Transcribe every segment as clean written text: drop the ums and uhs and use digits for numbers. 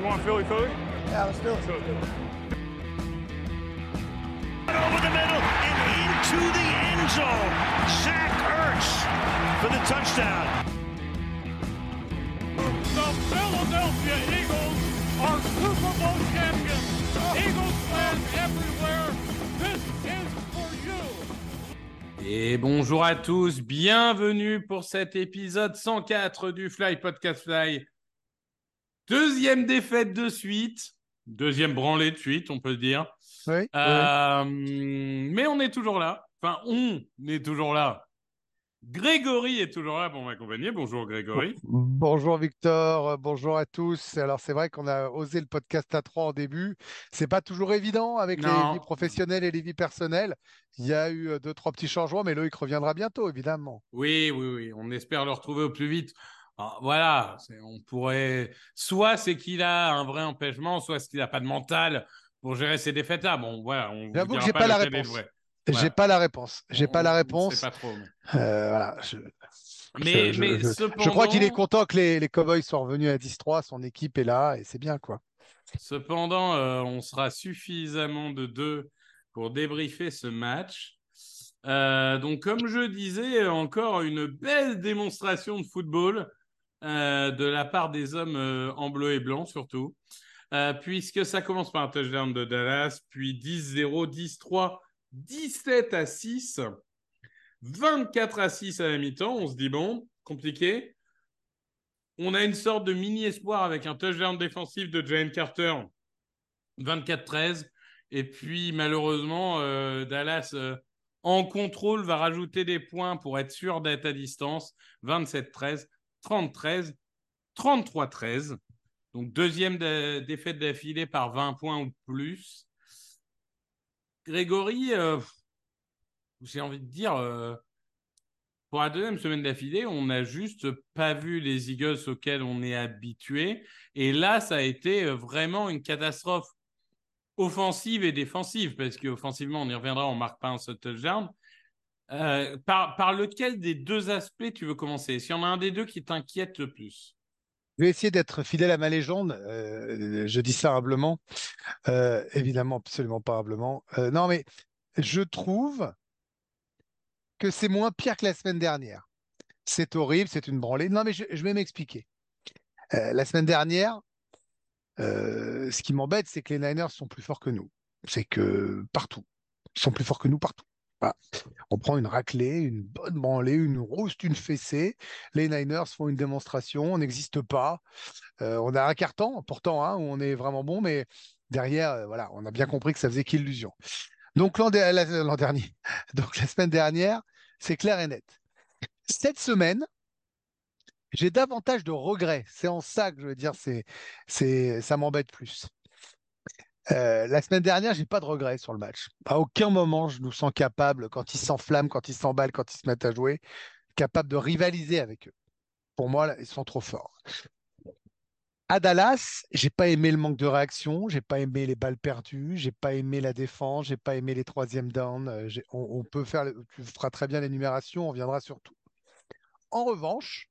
want Philly? Yeah, let's do it. Over the middle and into the end zone. Zach Ertz for the touchdown. The Philadelphia Eagles are Super Bowl champions. Eagles fans everywhere, this is for you. Et bonjour à tous, bienvenue pour cet épisode 104 du Fly Podcast Fly. Deuxième défaite de suite, deuxième branlée de suite, on peut dire. Oui, Mais on est toujours là. Enfin, on est toujours là. Grégory est toujours là pour m'accompagner. Bonjour Grégory. Bonjour Victor, bonjour à tous. Alors c'est vrai qu'on a osé le podcast à 3 en début. C'est pas toujours évident avec les Non. vies professionnelles et les vies personnelles. Il y a eu 2-3 petits changements, mais Loïc reviendra bientôt, évidemment. Oui. On espère le retrouver au plus vite. Alors, voilà, on pourrait... Soit c'est qu'il a un vrai empêchement, soit c'est qu'il n'a pas de mental pour gérer ces défaites-là. Bon, voilà, on vous J'avoue que dira j'ai pas pas la lequel est le réponse. vrai. J'ai Voilà. pas la réponse. J'ai pas la On ne réponse. sait pas trop. Mais, Voilà. mais Je cependant... crois qu'il est content que les Cowboys soient revenus à 10-3. Son équipe est là et c'est bien, quoi. Cependant, on sera suffisamment de deux pour débriefer ce match. Donc, comme je disais, encore une belle démonstration de football de la part des hommes en bleu et blanc, surtout. Puisque ça commence par un touchdown de Dallas, puis 10-0, 10-3, 17-6, 24-6 à la mi-temps. On se dit, bon, compliqué. On a une sorte de mini-espoir avec un touchdown défensif de Jalen Carter, 24-13. Et puis, malheureusement, Dallas, en contrôle, va rajouter des points pour être sûr d'être à distance. 27-13, 30-13, 33-13. Donc, deuxième défaite d'affilée par 20 points ou plus. Grégory, j'ai envie de dire... pour la deuxième semaine d'affilée, on n'a juste pas vu les Eagles auxquels on est habitué. Et là, ça a été vraiment une catastrophe offensive et défensive, parce qu'offensivement, on y reviendra, on ne marque pas un seul touchdown. Par lequel des deux aspects tu veux commencer? S'il y en a un des deux qui t'inquiète le plus? Je vais essayer d'être fidèle à ma légende. Je dis ça humblement. Évidemment, absolument pas humblement. Non, mais je trouve que c'est moins pire que la semaine dernière. C'est horrible, c'est une branlée. Non, mais je vais m'expliquer. La semaine dernière, ce qui m'embête, c'est que les Niners sont plus forts que nous. C'est que partout. Ils sont plus forts que nous partout. Voilà. On prend une raclée, une bonne branlée, une rouste, une fessée. Les Niners font une démonstration, on n'existe pas. On a un carton, pourtant, hein, où on est vraiment bon, mais derrière, voilà, on a bien compris que ça faisait qu'illusion. Donc l'an dernier, donc la semaine dernière, c'est clair et net. Cette semaine, j'ai davantage de regrets. C'est en ça que je veux dire, ça m'embête plus. La semaine dernière, j'ai pas de regrets sur le match. À aucun moment, je nous sens capable, quand ils s'enflamment, quand ils s'emballent, quand ils se mettent à jouer, capable de rivaliser avec eux. Pour moi, là, ils sont trop forts. À Dallas, j'ai pas aimé le manque de réaction, j'ai pas aimé les balles perdues, j'ai pas aimé la défense, j'ai pas aimé les troisièmes downs. On peut faire, tu feras très bien l'énumération, on viendra sur tout. En revanche,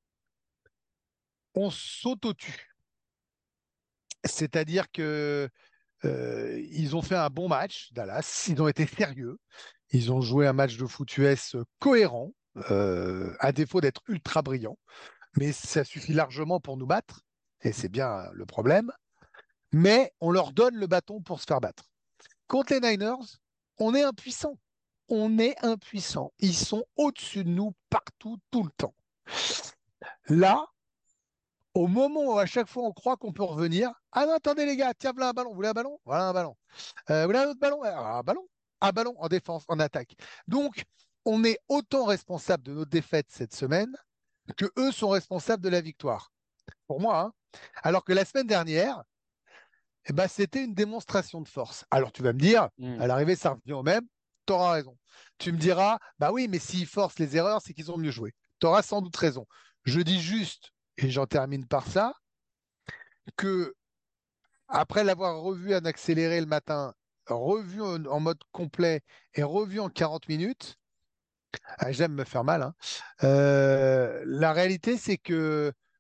on s'auto-tue. C'est-à-dire que ils ont fait un bon match, Dallas. Ils ont été sérieux. Ils ont joué un match de foot US cohérent, à défaut d'être ultra brillant. Mais ça suffit largement pour nous battre. Et c'est bien le problème. Mais on leur donne le bâton pour se faire battre. Contre les Niners, on est impuissant. On est impuissant. Ils sont au-dessus de nous partout, tout le temps. Là, au moment où à chaque fois on croit qu'on peut revenir, ah non, attendez les gars, tiens, voilà un ballon, vous voulez un ballon? Voilà un ballon. Vous voulez un autre ballon? Ah, un ballon. Un ballon en défense, en attaque. Donc, on est autant responsable de notre défaite cette semaine que eux sont responsables de la victoire. Pour moi, hein. Alors que la semaine dernière, eh ben, c'était une démonstration de force. Alors tu vas me dire, à l'arrivée, ça revient au même, tu auras raison. Tu me diras, bah oui, mais s'ils forcent les erreurs, c'est qu'ils ont mieux joué. Tu auras sans doute raison. Je dis juste, et j'en termine par ça, que après l'avoir revu en accéléré le matin, revu en mode complet et revu en 40 minutes, j'aime me faire mal, hein, la réalité, c'est que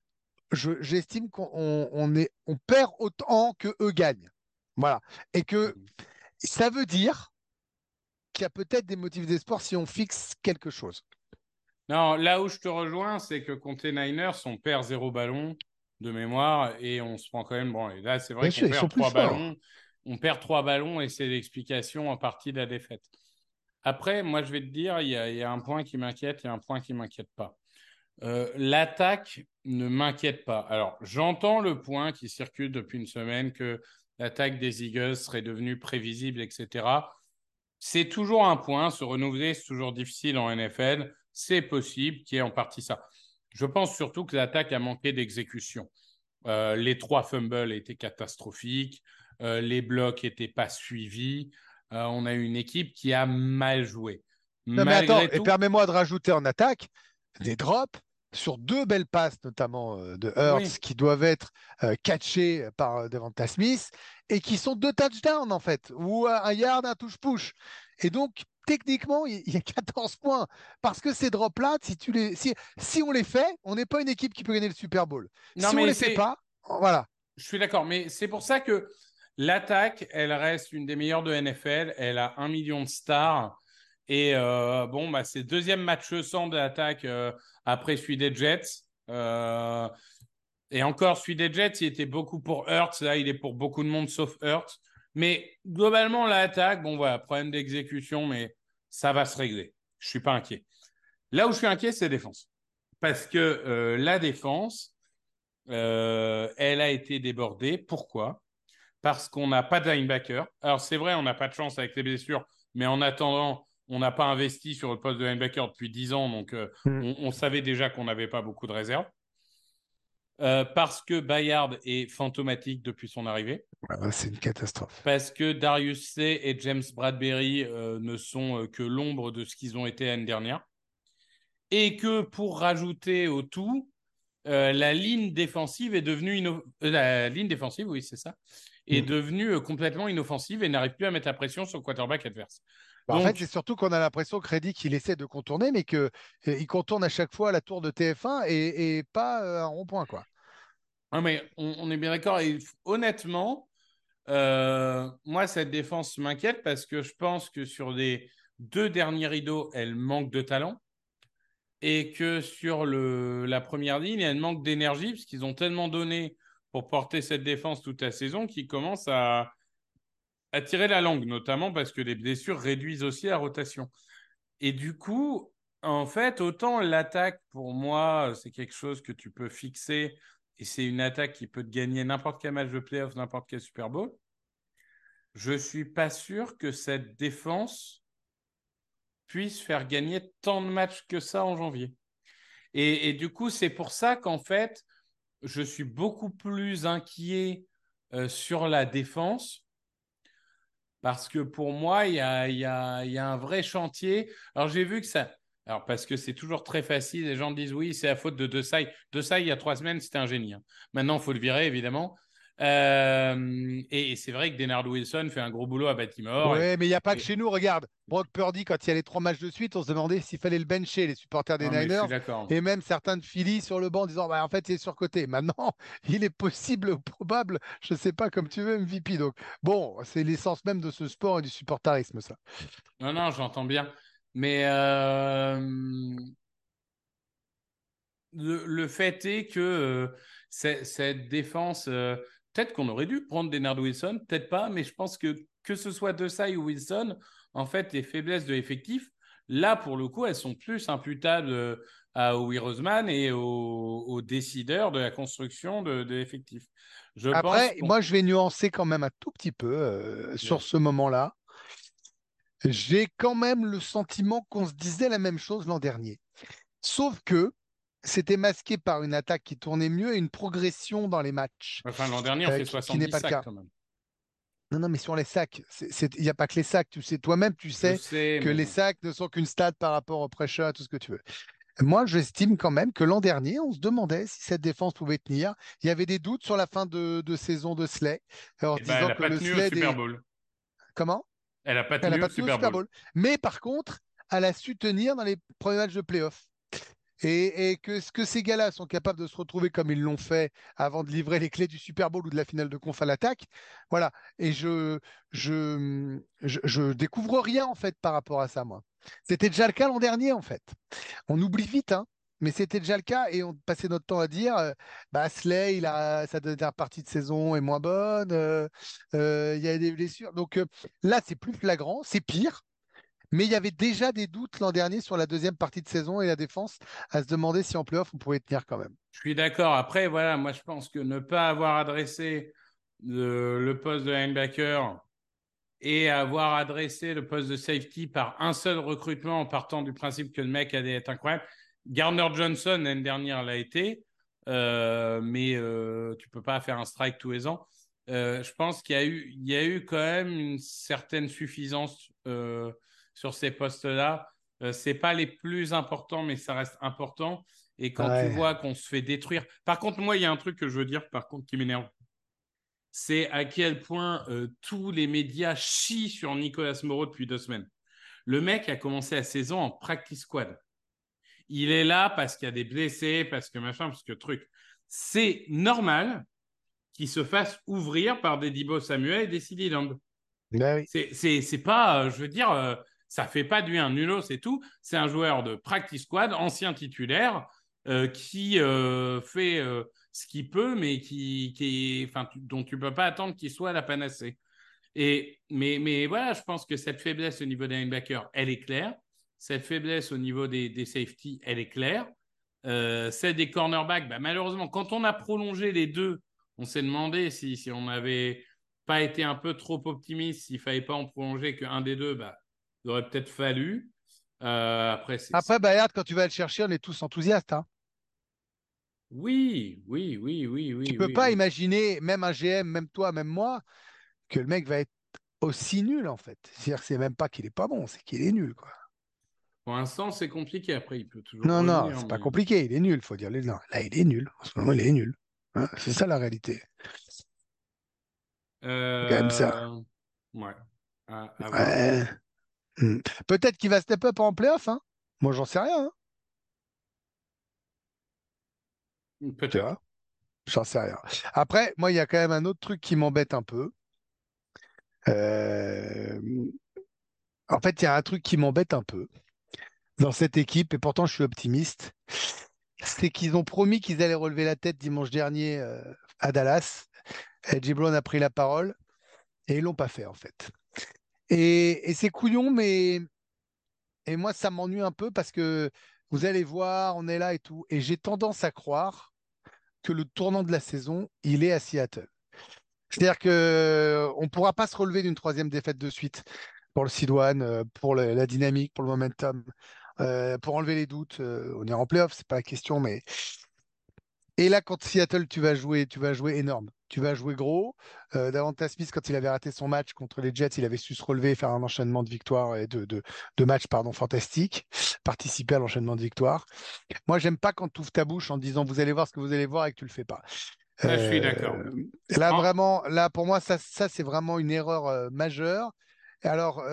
j'estime qu'on perd autant que eux gagnent. Voilà. Et que ça veut dire qu'il y a peut-être des motifs d'espoir si on fixe quelque chose. Non, là où je te rejoins, c'est que contre les Niners, on perd 0 ballon de mémoire et on se prend quand même. Bon, et là, c'est Bien vrai qu'on sûr, ils sont perd plus 3 forts. ballons. On perd 3 ballons et c'est l'explication en partie de la défaite. Après, moi, je vais te dire, il y a un point qui m'inquiète et un point qui ne m'inquiète pas. L'attaque ne m'inquiète pas. Alors, j'entends le point qui circule depuis une semaine que l'attaque des Eagles serait devenue prévisible, etc. C'est toujours un point. Se renouveler, c'est toujours difficile en NFL. C'est possible qu'il y ait en partie ça. Je pense surtout que l'attaque a manqué d'exécution. Les 3 fumbles étaient catastrophiques. Les blocs n'étaient pas suivis. On a eu une équipe qui a mal joué. Non, mais attends, Malgré et tout, permets-moi de rajouter en attaque des drops sur 2 belles passes, notamment de oui. Hurts, qui doivent être catchées par Devonta Smith et qui sont 2 touchdowns en fait, ou 1 yard, un touche-push. Et donc, techniquement, il y a 14 points. Parce que ces drops-là, si on les fait, on n'est pas une équipe qui peut gagner le Super Bowl. Non, Si on mais les fait pas, voilà. je suis d'accord. Mais c'est pour ça que l'attaque, elle reste une des meilleures de NFL. Elle a 1 million de stars. Et bon, bah, c'est le deuxième match sans de l'attaque après celui des Jets. Euh, et encore, celui des Jets, il était beaucoup pour Hurts. Là, il est pour beaucoup de monde sauf Hurts. Mais globalement, l'attaque, bon, voilà, problème d'exécution, mais ça va se régler. Je ne suis pas inquiet. Là où je suis inquiet, c'est la défense. Parce que la défense, elle a été débordée. Pourquoi? Parce qu'on n'a pas de linebacker. Alors, c'est vrai, on n'a pas de chance avec les blessures, mais en attendant, on n'a pas investi sur le poste de linebacker depuis 10 ans, donc Mm. on savait déjà qu'on n'avait pas beaucoup de réserves. Parce que Bayard est fantomatique depuis son arrivée. C'est une catastrophe. Parce que Darius Slay et James Bradbury ne sont que l'ombre de ce qu'ils ont été l'année dernière. Et que pour rajouter au tout, la ligne défensive est devenue la ligne défensive, oui, c'est ça, est Mm. devenue complètement inoffensive et n'arrive plus à mettre la pression sur le quarterback adverse. Bah, en fait, c'est Donc, surtout qu'on a l'impression que Reddick, qu'il essaie de contourner, mais qu'il contourne à chaque fois la tour de TF1 et pas un rond-point, quoi. mais on est bien d'accord. Et honnêtement, moi, cette défense m'inquiète parce que je pense que sur les 2 derniers rideaux, elle manque de talent et que sur la première ligne, elle manque d'énergie parce qu'ils ont tellement donné pour porter cette défense toute la saison qu'ils commencent à tirer la langue, notamment parce que les blessures réduisent aussi la rotation. Et du coup, en fait, autant l'attaque, pour moi, c'est quelque chose que tu peux fixer et c'est une attaque qui peut te gagner n'importe quel match de playoff, n'importe quel Super Bowl. Je ne suis pas sûr que cette défense puisse faire gagner tant de matchs que ça en janvier. Et du coup, c'est pour ça qu'en fait, je suis beaucoup plus inquiet sur la défense parce que pour moi, il y a un vrai chantier. Alors, j'ai vu que ça. Alors, parce que c'est toujours très facile, les gens disent oui, c'est la faute de Desai. Desai, il y a 3 semaines, c'était un génie. Hein. Maintenant, il faut le virer, évidemment. Et c'est vrai que Denard Wilson fait un gros boulot à Baltimore. Ouais, mais il n'y a pas que Et... chez nous. Regarde, Brock Purdy, quand il y a les 3 matchs de suite, on se demandait s'il fallait le bencher, les supporters des Non, mais je suis Niners, d'accord. et même certains de Philly sur le banc, en disant bah, en fait, il est surcoté. Maintenant, il est possible ou probable, je ne sais pas, comme tu veux, MVP. Donc, bon, c'est l'essence même de ce sport et du supportarisme, ça. Non, non, j'entends bien. Mais le fait est que cette défense, peut-être qu'on aurait dû prendre Denard Wilson, peut-être pas, mais je pense que ce soit Desai ou Wilson, en fait, les faiblesses de l'effectif, là, pour le coup, elles sont plus imputables à Howie Roseman et aux décideurs de la construction de l'effectif. Je pense Après, qu'on... moi, je vais nuancer quand même un tout petit peu sur Vas-y. ce moment-là. J'ai quand même le sentiment qu'on se disait la même chose l'an dernier. Sauf que c'était masqué par une attaque qui tournait mieux et une progression dans les matchs, Enfin, l'an dernier, on fait qui n'est 70 pas le sacs cas. quand même. Non, non, mais sur les sacs, il n'y a pas que les sacs. Tu sais, toi-même, tu Je sais sais, que mais les bon. sacs ne sont qu'une stat par rapport au pressure et tout ce que tu veux. Moi, j'estime quand même que l'an dernier, on se demandait si cette défense pouvait tenir. Il y avait des doutes sur la fin de saison de Slay, en Eh se ben, elle disant n'a que pas le tenu au Slay Super des... Bowl. Comment? Elle n'a pas Elle n'a tenu au pas tenu au Super Super Bowl. Bowl. Mais par contre, elle a su tenir dans les premiers matchs de playoff. et que ces gars-là sont capables de se retrouver comme ils l'ont fait avant de livrer les clés du Super Bowl ou de la finale de conf à l'attaque. Voilà. Et je découvre rien en fait par rapport à ça, moi. C'était déjà le cas l'an dernier, en fait. On oublie vite, hein. Mais c'était déjà le cas et on passait notre temps à dire bah Slay, sa dernière partie de saison est moins bonne, il y a des blessures. Donc là, c'est plus flagrant, c'est pire. Mais il y avait déjà des doutes l'an dernier sur la deuxième partie de saison et la défense à se demander si en playoff on pouvait tenir quand même. Je suis d'accord. Après, voilà, moi, je pense que ne pas avoir adressé le poste de linebacker et avoir adressé le poste de safety par un seul recrutement en partant du principe que le mec allait être incroyable. Gardner Johnson, l'année dernière, l'a été, mais tu ne peux pas faire un strike tous les ans. Je pense qu'il y a eu quand même une certaine suffisance sur ces postes-là. Ce n'est pas les plus importants, mais ça reste important. Et quand tu Ouais. vois qu'on se fait détruire. Par contre, moi, il y a un truc que je veux dire, par contre, qui m'énerve. C'est à quel point tous les médias chient sur Nicolas Moreau depuis 2 semaines. Le mec a commencé la saison en practice squad. Il est là parce qu'il y a des blessés, parce que machin, parce que truc. C'est normal qu'il se fasse ouvrir par des Debo Samuel et des CeeDee Lamb. Ben oui. C'est pas, je veux dire, ça fait pas de lui un nulot, c'est tout. C'est un joueur de practice squad, ancien titulaire, qui fait ce qu'il peut, mais dont tu peux pas attendre qu'il soit la panacée. Mais voilà, je pense que cette faiblesse au niveau des linebackers, elle est claire. Cette faiblesse au niveau des safety, elle est claire. Celle des cornerbacks, bah, malheureusement, quand on a prolongé les deux, on s'est demandé si on n'avait pas été un peu trop optimiste, s'il ne fallait pas en prolonger qu'un des deux, bah, il aurait peut-être fallu. Après, Après, Bayard, quand tu vas le chercher, on est tous enthousiastes, hein. Oui, oui, oui, oui, Tu oui, peux oui, pas oui. imaginer, même un GM, même toi, même moi, que le mec va être aussi nul, en fait. C'est-à-dire que c'est même pas qu'il est pas bon, c'est qu'il est nul, quoi. Pour l'instant, c'est compliqué. Après, il peut toujours Non, non, revenir, c'est pas mais... compliqué, il est nul, faut dire les non. Là, il est nul. En ce moment, il est nul. Hein, c'est ça la réalité. C'est quand même ça. Euh, Ouais, à voir. Ouais. Hmm. Peut-être qu'il va step up en playoff, hein. Moi, j'en sais rien, hein. Tu Peut-être. vois, j'en sais rien. Après, moi, il y a quand même un autre truc qui m'embête un peu. Euh, En fait, il y a un truc qui m'embête un peu dans cette équipe, et pourtant je suis optimiste, c'est qu'ils ont promis qu'ils allaient relever la tête dimanche dernier à Dallas. Edgy Brown a pris la parole et ils l'ont pas fait en fait. Et c'est couillon, mais et moi ça m'ennuie un peu parce que vous allez voir, on est là et tout, et j'ai tendance à croire que le tournant de la saison, il est à Seattle. C'est-à-dire que on pourra pas se relever d'une troisième défaite de suite pour le Sidoine, pour la dynamique, pour le momentum, pour enlever les doutes. On est en playoff, c'est pas la question, mais et là, quand Seattle, tu vas jouer énorme. Tu vas jouer gros. Davante Smith, quand il avait raté son match contre les Jets, il avait su se relever, faire un enchaînement de victoires et de matchs, pardon, fantastiques, participer à l'enchaînement de victoires. Moi, j'aime pas quand tu ouvres ta bouche en disant vous allez voir ce que vous allez voir et que tu le fais pas. Ça, je suis d'accord. Là, En- vraiment, là, pour moi, ça c'est vraiment une erreur majeure. Et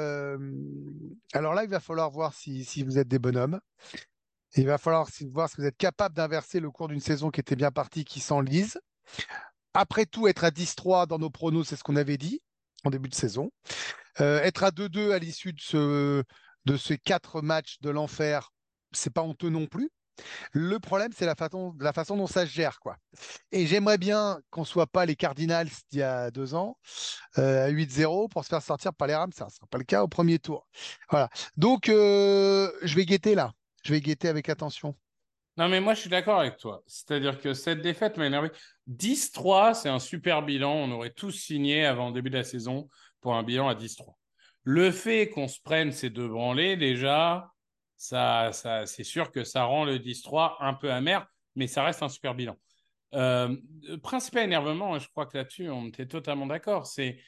alors là, il va falloir voir si vous êtes des bonhommes. Il va falloir voir si vous êtes capable d'inverser le cours d'une saison qui était bien partie, qui s'enlise. Après tout, être à 10-3 dans nos pronos, c'est ce qu'on avait dit en début de saison. Être à 2-2 à l'issue de ces 4 matchs de l'enfer, c'est pas honteux non plus. Le problème, c'est la façon dont ça se gère, quoi. Et j'aimerais bien qu'on soit pas les Cardinals d'il y a 2 ans, à 8-0 pour se faire sortir par les Rams. Ça ne sera pas le cas au premier tour. Voilà. Donc, je vais guetter là. Je vais guetter avec attention. Non, mais moi, je suis d'accord avec toi. C'est-à-dire que cette défaite m'a énervé. 10-3, c'est un super bilan. On aurait tous signé avant le début de la saison pour un bilan à 10-3. Le fait qu'on se prenne ces deux branlées, déjà, c'est sûr que ça rend le 10-3 un peu amer, mais ça reste un super bilan. Le principal énervement, et je crois que là-dessus, on était totalement d'accord, c'est,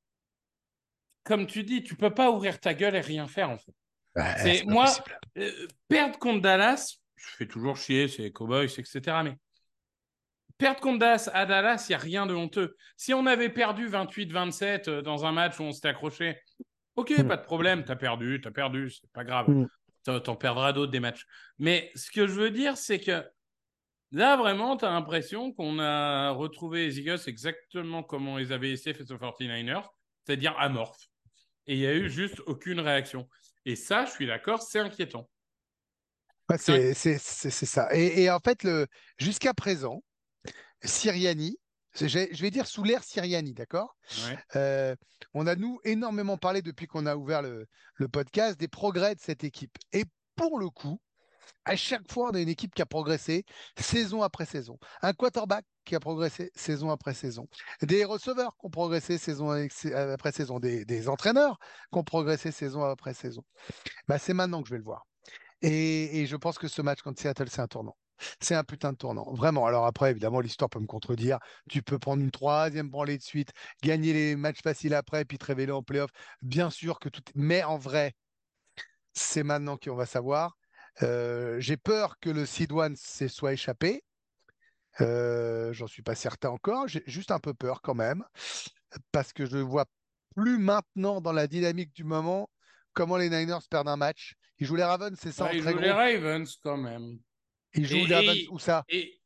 comme tu dis, tu peux pas ouvrir ta gueule et rien faire, en fait. Ouais, C'est c'est pas moi, possible. perdre contre Dallas, je fais toujours chier, c'est les Cowboys, etc. Mais perdre contre Dallas à Dallas, il n'y a rien de honteux. Si on avait perdu 28-27 dans un match où on s'était accroché, ok, Mm. pas de problème, t'as perdu, c'est pas grave. Mm. T'en perdras d'autres des matchs. Mais ce que je veux dire, c'est que là, vraiment, tu as l'impression qu'on a retrouvé les Eagles exactement comme on les avait laissés face aux 49ers, c'est-à-dire amorphes. Et il n'y a eu juste aucune réaction. Et ça, je suis d'accord, c'est inquiétant. Ouais, c'est ça. Et en fait, jusqu'à présent, Sirianni, je vais dire sous l'ère Sirianni, d'accord? Ouais. Euh, on a, nous, énormément parlé depuis qu'on a ouvert le podcast des progrès de cette équipe. Et pour le coup, à chaque fois, on a une équipe qui a progressé saison après saison. Un quarterback qui a progressé saison après saison. Des receveurs qui ont progressé saison après saison. Des entraîneurs qui ont progressé saison après saison. Bah, c'est maintenant que je vais le voir. Et je pense que ce match contre Seattle, c'est un tournant. C'est un putain de tournant. Vraiment. Alors après, évidemment, l'histoire peut me contredire. Tu peux prendre une troisième branlée de suite, gagner les matchs faciles après, puis te révéler en playoff. Bien sûr que tout. Mais en vrai, c'est maintenant qu'on va savoir. J'ai peur que le Seed One soit échappé. J'en suis pas certain encore. J'ai juste un peu peur quand même, parce que je ne vois plus maintenant dans la dynamique du moment comment les Niners perdent un match. Ils jouent les Ravens, c'est ça en Ouais, ils très jouent les gros. Ravens quand même. Ils jouent les Ravens Et, où ça? et,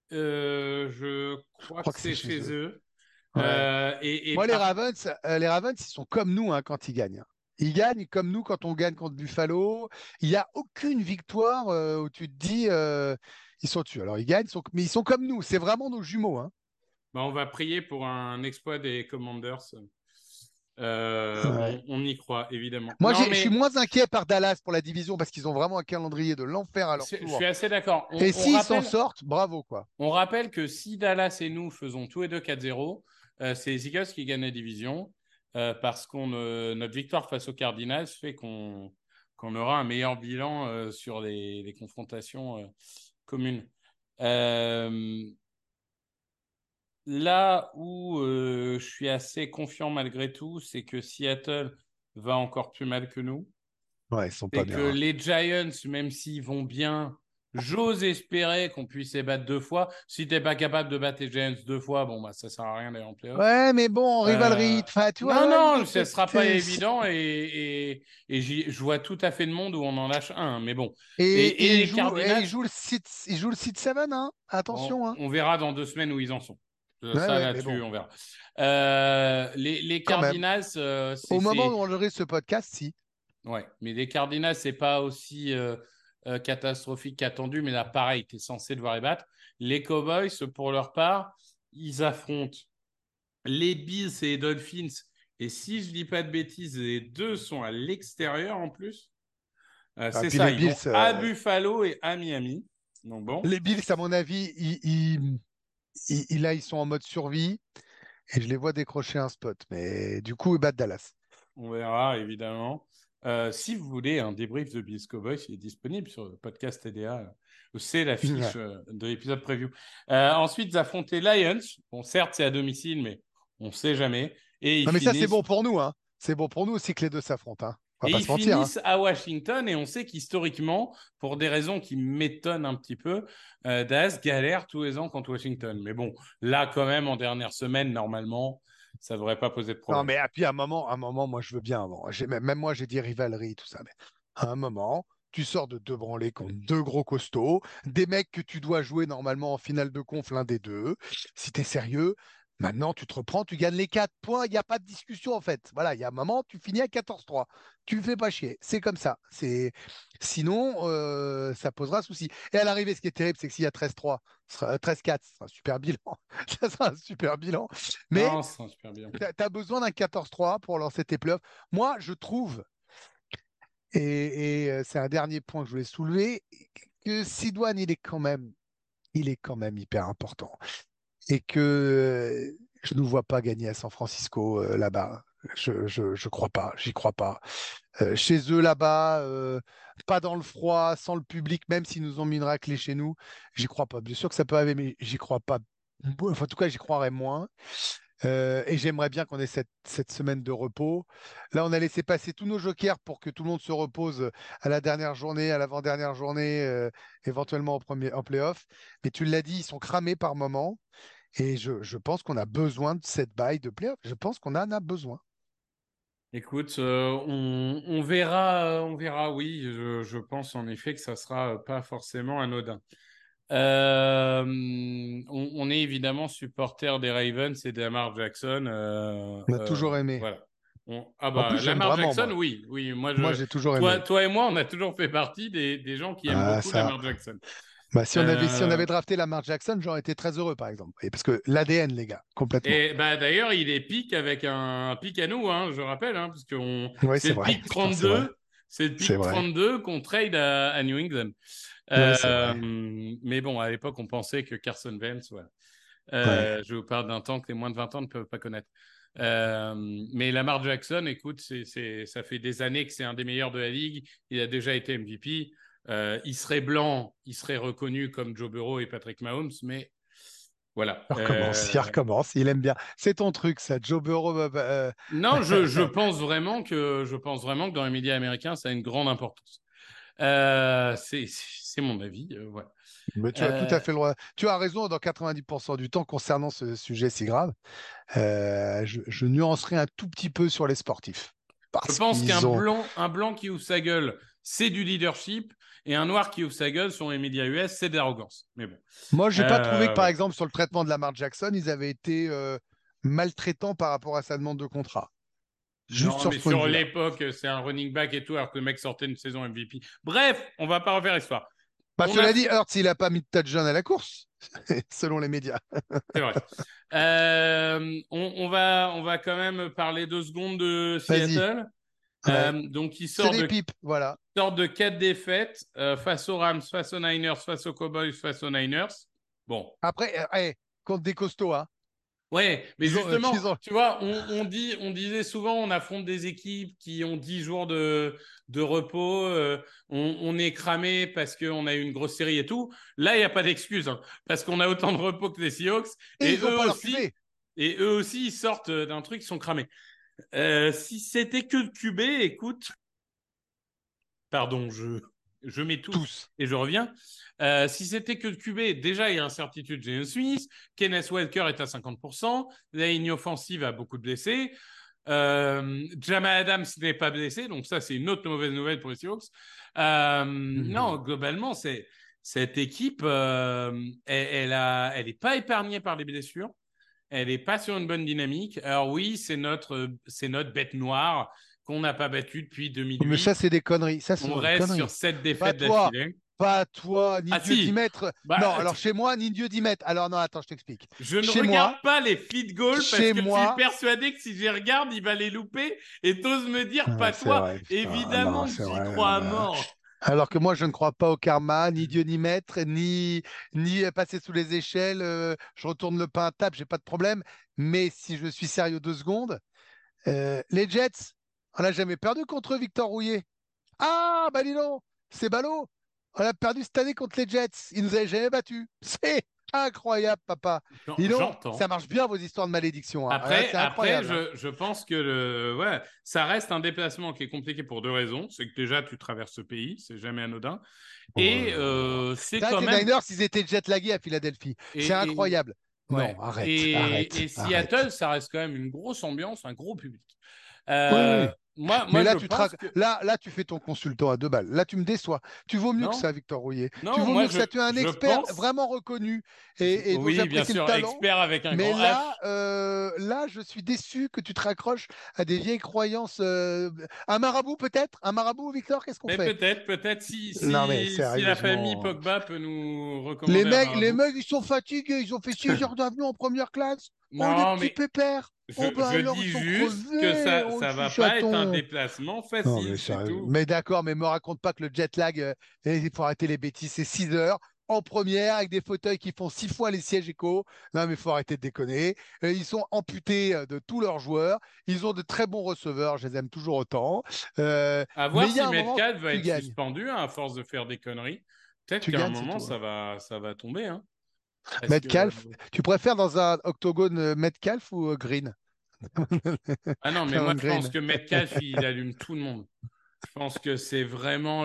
je Je crois crois que que c'est c'est chez chez eux. eux. Ouais. Et Moi, par Les Ravens, ils sont comme nous hein, quand ils gagnent. Hein. Ils gagnent comme nous quand on gagne contre Buffalo. Il n'y a aucune victoire où tu te dis ils sont dessus. Alors ils gagnent, mais ils sont comme nous. C'est vraiment nos jumeaux. Hein. bah, on va prier pour un exploit des Commanders. Ouais. On y croit, évidemment. Moi, Non, je suis mais moins inquiet par Dallas pour la division parce qu'ils ont vraiment un calendrier de l'enfer à leur je tour. suis assez d'accord. Et s'ils s'en sortent, bravo quoi. On rappelle que si Dallas et nous faisons tous les deux 4-0, c'est les Eagles qui gagnent la division parce que notre victoire face aux Cardinals fait qu'on aura un meilleur bilan sur les confrontations communes. Euh, Là où je suis assez confiant malgré tout, c'est que Seattle va encore plus mal que nous. Ouais, ils sont pas C'est que bien. Hein. les Giants, même s'ils vont bien, j'ose espérer qu'on puisse les battre 2 fois. Si tu n'es pas capable de battre les Giants 2 fois, bon, bah, ça ne sert à rien d'aller en playoff. Ouais, mais bon, en Euh, rivalerie, enfin, tu vois, non, ouais, non, ce ne sera pas t'es- évident et je vois tout à fait de monde où on en lâche un. Mais bon. Et et les Cardinals, il joue le seed 7, hein. Attention, hein. on verra dans 2 semaines où ils en sont. Ouais, Ça, ouais, mais là-dessus, bon, on verra. Les quand même. Cardinals, Au moment où on enregistre ce podcast, si. ouais, mais les Cardinals, c'est pas aussi catastrophique qu'attendu, mais là, pareil, tu es censé devoir les battre. Les Cowboys, pour leur part, ils affrontent les Bills et les Dolphins. Et si je dis pas de bêtises, les deux sont à l'extérieur en plus. Ah, C'est puis ça, ils vont à Buffalo et à Miami. Donc bon, Les Bills, à mon avis, là, ils sont en mode survie et je les vois décrocher un spot. Mais du coup, ils battent Dallas. on verra évidemment. Si vous voulez un débrief de Bills Cowboys, il est disponible sur le podcast TDA. C'est Ouais. l'affiche de l'épisode preview. Ensuite, ils affrontent les Lions. Bon, certes, c'est à domicile, mais on ne sait jamais. Et ils Non, mais ça, c'est finissent bon pour nous, hein. C'est bon pour nous aussi que les deux s'affrontent, hein. On va Et pas ils se mentir, hein. finissent à Washington et on sait qu'historiquement, pour des raisons qui m'étonnent un petit peu, Dallas galère tous les ans contre Washington. Mais bon, là quand même, en dernière semaine, normalement, ça ne devrait pas poser de Non, problème. mais puis à un moment, moi, je veux bien. Bon, même moi, j'ai dit rivalerie, tout ça. Mais à un moment, tu sors de deux branlées contre deux gros costauds, des mecs que tu dois jouer normalement en finale de conf, l'un des deux. Si tu es sérieux, maintenant, tu te reprends, tu gagnes les 4 points. Il n'y a pas de discussion, en fait. Voilà, il y a un moment, tu finis à 14-3. Tu ne fais pas chier. C'est comme ça. Sinon, ça posera souci. Et à l'arrivée, ce qui est terrible, c'est que s'il y a 13-3, 13-4, ce sera un super bilan. Ça sera un super bilan. Mais Non, c'est super bien. tu as besoin d'un 14-3 pour lancer tes playoffs. Moi, je trouve, et c'est un dernier point que je voulais soulever, que Sidoine, il est quand même hyper important. Et que je ne nous vois pas gagner à San Francisco là-bas. Je crois pas, j'y crois pas. Chez eux là-bas, pas dans le froid, sans le public, même s'ils nous ont mis une raclée chez nous, j'y crois pas. Bien sûr que ça peut arriver, mais j'y crois pas. Enfin, en tout cas, j'y croirais moins. Et j'aimerais bien qu'on ait cette semaine de repos. Là, on a laissé passer tous nos jokers pour que tout le monde se repose à la dernière journée, à l'avant-dernière journée, éventuellement en playoff. Mais tu l'as dit, ils sont cramés par moment. Et je pense qu'on a besoin de cette baille de playoff. Je pense qu'on en a besoin. Écoute, on verra, oui. Je pense en effet que ça sera pas forcément anodin. On est évidemment supporter des Ravens et de Lamar Jackson. On a toujours aimé. Voilà. En plus, j'aime Lamar vraiment, Jackson, moi. oui, oui. Moi, j'ai toujours aimé. Toi et moi, on a toujours fait partie des gens qui aiment Ah, beaucoup ça. Lamar Jackson. Bah, si on Euh, avait drafté Lamar Jackson, j'aurais été très heureux, par exemple. Et parce que l'ADN, les gars, complètement. Et bah d'ailleurs, il est pick avec un pick à nous, hein, je rappelle, hein, parce que Oui, c'est c'est le vrai. pick Putain, c'est vrai. 32, c'est le C'est pick vrai. 32 qu'on trade à New England. Oui, c'est vrai. Mais bon, à l'époque, on pensait que Carson Wentz, voilà. Ouais. Je vous parle d'un temps que les moins de 20 ans ne peuvent pas connaître. Euh, mais Lamar Jackson, écoute, ça fait des années que c'est un des meilleurs de la ligue. Il a déjà été MVP. Il serait blanc, il serait reconnu comme Joe Burrow et Patrick Mahomes, mais voilà. Il recommence, il aime bien. C'est ton truc, ça, Joe Burrow. Non, je pense vraiment que dans les médias américains, ça a une grande importance. C'est mon avis. Voilà. Mais tu as tout à Euh, fait le droit. Tu as raison dans 90% du temps concernant ce sujet si grave. Je nuancerai un tout petit peu sur les sportifs. je Parce pense qu'ils ont. un blanc qui ouvre sa gueule, c'est du leadership, et un noir qui ouvre sa gueule sur les médias US, c'est de l'arrogance. Mais bon, Moi, j'ai pas trouvé que, par voilà. exemple, sur le traitement de Lamar Jackson, ils avaient été maltraitants par rapport à sa demande de contrat. Juste Non, sur mais ce point de sur vue-là. l'époque, c'est un running back et tout, alors que le mec sortait une saison MVP. Bref, on va pas refaire l'histoire. Bah, On a, cela dit, Hurts, il a pas mis de touchdown à la course, selon les médias. c'est vrai. On va quand même parler 2 secondes de Vas-y. Seattle. Ouais. Donc, il C'est des pipes, voilà. sort de 4 défaites face aux Rams, face aux Niners, face aux Cowboys, face aux Niners. Bon, Après, contre des costauds, hein. ouais, mais justement, Ils ont... tu vois, on disait souvent, on affronte des équipes qui ont 10 jours de repos, on est cramé parce qu'on a eu une grosse série et tout. Là, il n'y a pas d'excuse, hein, parce qu'on a autant de repos que les Seahawks, Et ils ont pas leur QB. et eux aussi, ils sortent d'un truc, ils sont cramés. Si c'était que le QB, écoute, pardon, je m'étouffe Tous. et je reviens. Si c'était que le QB, déjà, il y a incertitude. James Smith, Kenneth Walker est à 50%, la ligne offensive a beaucoup de blessés. Jamal Adams n'est pas blessé, donc ça, c'est une autre mauvaise nouvelle pour les Seahawks. Non, Mhm. globalement, cette équipe, elle est pas épargnée par les blessures. Elle n'est pas sur une bonne dynamique. Alors oui, c'est notre bête noire qu'on n'a pas battue depuis Mais ça, 2008. c'est des conneries. Ça, ce On sont des reste sur conneries. 7 Pas défaites toi. d'affilée. Pas toi, ni Ah Dieu d'y si, mettre. bah, Non, alors chez moi, ni Dieu d'y mettre. Alors non, attends, je t'explique. je ne Chez regarde moi, pas les feed goals parce chez que je suis moi. persuadé que si je les regarde, il va les louper. Et t'oses me dire, Ah, pas c'est toi. vrai, putain. Non, Évidemment que c'est j'y vrai. crois à mort. Alors que moi, je ne crois pas au karma, ni Dieu ni maître, ni passer sous les échelles. Je retourne le pain à table, j'ai pas de problème. Mais si je suis sérieux 2 secondes, les Jets, on n'a jamais perdu contre eux, Victor Rouillet. Ah, bah dis donc, c'est ballot. On a perdu cette année contre les Jets. Ils nous avaient jamais battus. C'est incroyable, papa. Dis donc, ça J'entends. marche bien vos histoires de malédiction, hein. Ah, là, c'est Après incroyable, hein. je pense que ouais, ça reste un déplacement qui est compliqué pour 2 raisons. C'est que déjà, tu traverses ce pays, c'est jamais anodin. Et c'est C'est vrai quand que les même Niners, ils étaient jet-lagués à Philadelphie. C'est et, incroyable. ouais. Non, arrête, arrête, Et arrête. Seattle, ça reste quand même une grosse ambiance, un gros public. Oui, oui. Mais Moi, là, je pense que là, tu fais ton consultant à 2 balles. Là, tu me déçois. Tu vaux mieux que non, ça, Victor Rouillet. Tu non, vaux moi, mieux que ça. Tu es un je expert pense, vraiment reconnu et dont oui, bien j'apprécie le sûr, talent. expert avec un Mais grand là, H. je suis déçu que tu te raccroches à des vieilles croyances. Un marabout, peut-être? Un marabout, Victor? Qu'est-ce qu'on Mais fait? peut-être Non, mais si la famille sérieusement. Pogba peut nous Les recommander un mecs, les marabout. mecs, ils sont fatigués. Ils ont fait 6 heures d'avion en première classe. Oh, les Non, petits mais pépères. Oh, bah je alors, ils dis sont juste que crevés. Oh, le ça petit va pas être un chaton. déplacement Non, facile, mais c'est sérieux. tout. Mais d'accord, mais me raconte pas que le jet lag, il faut arrêter les bêtises. C'est 6 heures en première avec des fauteuils qui font 6 fois les sièges éco. Non, mais faut arrêter de déconner. Ils sont amputés de tous leurs joueurs. Ils ont de très bons receveurs. Je les aime toujours autant. À Mais voir il y a si un moment, Metcalf va tu être gagnes. suspendu hein, à force de faire des conneries. Peut-être Tu qu'à un gagnes, c'est moment, tout, hein. ça va tomber. Hein, parce que Metcalf, tu préfères dans un octogone Metcalf ou Green? ah non, mais moi Cameron je pense Green. que Metcalf il allume tout le monde. Je pense que c'est vraiment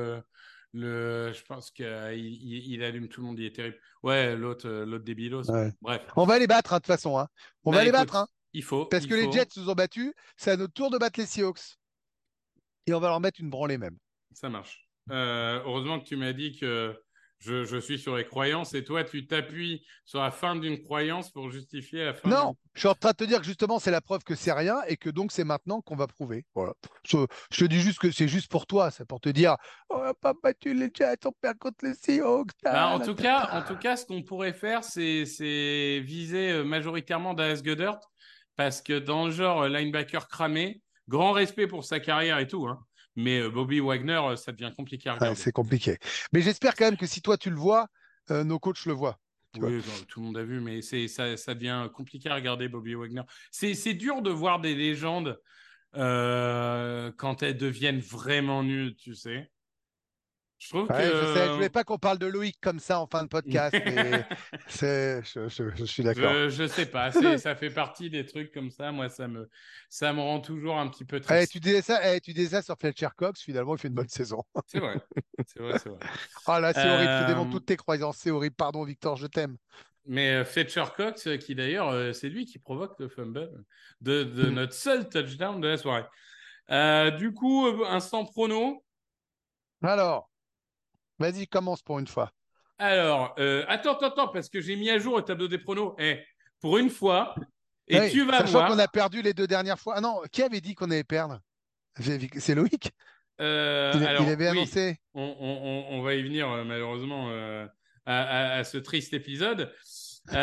je pense qu'il il allume tout le monde. Il est terrible. Ouais, l'autre débilos. Bon, Ouais. bref. On va les battre, hein, de toute façon, hein. On va Bah les battre, écoute, hein. Parce que les Jets nous ont battus, c'est à notre tour de battre les Seahawks. Et on va leur mettre une branlée même. Ça marche. Heureusement que tu m'as dit que je suis sur les croyances et toi, tu t'appuies sur la fin d'une croyance pour justifier la fin. Non, je suis en train de te dire que justement, c'est la preuve que c'est rien et que donc c'est maintenant qu'on va prouver. Voilà. Je te dis juste que c'est juste pour toi, c'est pour te dire on n'a pas battu les Jets, on perd contre les Seahawks. En tout cas, ce qu'on pourrait faire, c'est viser majoritairement Dallas Goedert parce que dans le genre linebacker cramé, grand respect pour sa carrière et tout, hein. Mais Bobby Wagner, ça devient compliqué à regarder. C'est compliqué. Mais j'espère quand même que si toi tu le vois, nos coachs le voient. Oui, tout le monde a vu, mais ça devient compliqué à regarder, Bobby Wagner. C'est dur de voir des légendes quand elles deviennent vraiment nulles, tu sais. Je trouve que... Je sais, je voulais pas qu'on parle de Loïc comme ça en fin de podcast, mais je suis d'accord. Je sais pas, ça fait partie des trucs comme ça. Moi, ça me rend toujours un petit peu triste. Tu disais ça sur Fletcher Cox, finalement, il fait une bonne saison. C'est vrai. Ah là, c'est horrible, tu démontes toutes tes croyances, c'est horrible. Pardon, Victor, je t'aime. Mais Fletcher Cox, qui d'ailleurs, c'est lui qui provoque le fumble de notre seul touchdown de la soirée. Du coup, instant prono. Alors, vas-y, commence pour une fois. Alors, attends, parce que j'ai mis à jour le tableau des pronos. Pour une fois, et tu vas sachant voir... qu'on a perdu les 2 dernières fois. Ah non, qui avait dit qu'on allait perdre? C'est Loïc. Il avait annoncé. On va y venir, malheureusement, à ce triste épisode. On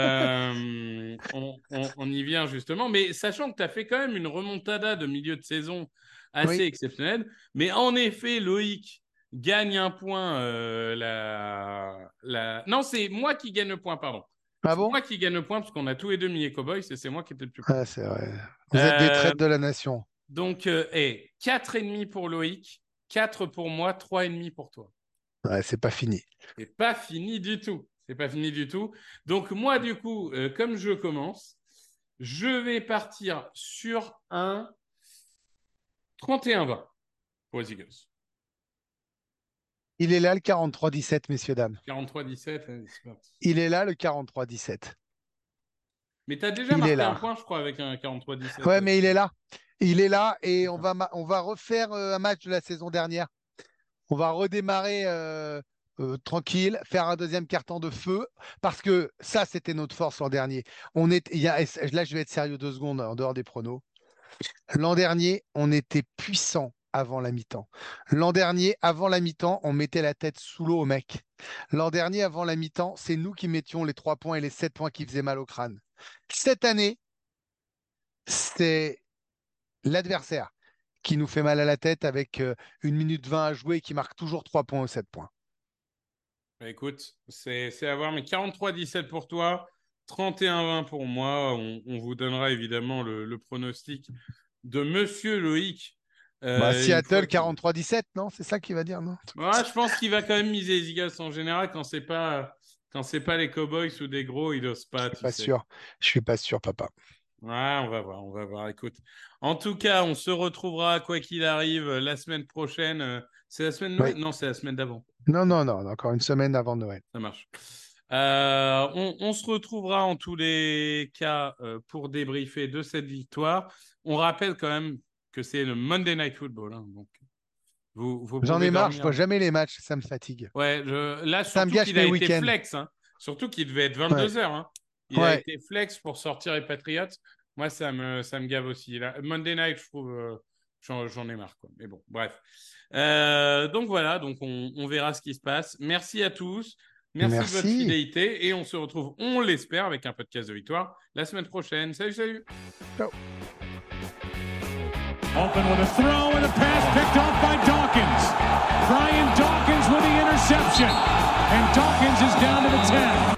y vient justement. Mais sachant que tu as fait quand même une remontada de milieu de saison assez exceptionnelle. Mais en effet, Loïc gagne un point. Non, c'est moi qui gagne le point, pardon. Ah bon? C'est moi qui gagne le point parce qu'on a tous les deux mis les Cowboys et c'est moi qui étais le plus. Ah, c'est vrai. Vous êtes des traîtres de la nation. Donc, 4,5 pour Loïc, 4 pour moi, 3,5 pour toi. Ouais, c'est pas fini. C'est pas fini du tout. Donc, moi, du coup, comme je commence, je vais partir sur un 31-20 pour les Eagles. Il est là, le 43-17, messieurs, dames. 43-17, c'est parti. Il est là, le 43-17. Mais tu as déjà marqué un point, je crois, avec un 43-17. Ouais, mais il est là. Il est là et on va refaire un match de la saison dernière. On va redémarrer tranquille, faire un deuxième quart-temps de feu, parce que ça, c'était notre force l'an dernier. Là, je vais être sérieux 2 secondes en dehors des pronos. L'an dernier, on était puissant avant la mi-temps. L'an dernier, avant la mi-temps, on mettait la tête sous l'eau au mec. L'an dernier, avant la mi-temps, c'est nous qui mettions les 3 points et les 7 points qui faisaient mal au crâne. Cette année, c'est l'adversaire qui nous fait mal à la tête avec 1 minute 20 à jouer et qui marque toujours 3 points ou 7 points. Écoute, c'est à voir, mais 43-17 pour toi, 31-20 pour moi. On vous donnera évidemment le pronostic de Monsieur Loïc. Seattle 43-17, non? C'est ça qu'il va dire, non? Ouais, je pense qu'il va quand même miser les Eagles en général quand c'est pas les Cowboys ou des gros, il n'ose pas. Je suis pas sûr, papa. Ouais, on va voir. Écoute, en tout cas, on se retrouvera quoi qu'il arrive la semaine prochaine. C'est la semaine de Noël? Non, c'est la semaine d'avant. Non, encore une semaine avant Noël. Ça marche. On se retrouvera en tous les cas pour débriefer de cette victoire. On rappelle quand même que c'est le Monday Night Football. Hein, donc j'en ai marre, je vois jamais les matchs, ça me fatigue. Ouais, là, surtout qu'il a été flex. Hein, surtout qu'il devait être 22h. Hein. Il a été flex pour sortir les Patriots. Moi, ça me gave aussi. Là, Monday Night, je trouve, j'en ai marre. Quoi. Mais bon, bref. Donc voilà, on verra ce qui se passe. Merci à tous. Merci de votre fidélité. Et on se retrouve, on l'espère, avec un podcast de victoire la semaine prochaine. Salut. Ciao. Open with a throw and a pass picked off by Dawkins. Brian Dawkins with the interception. And Dawkins is down to the 10.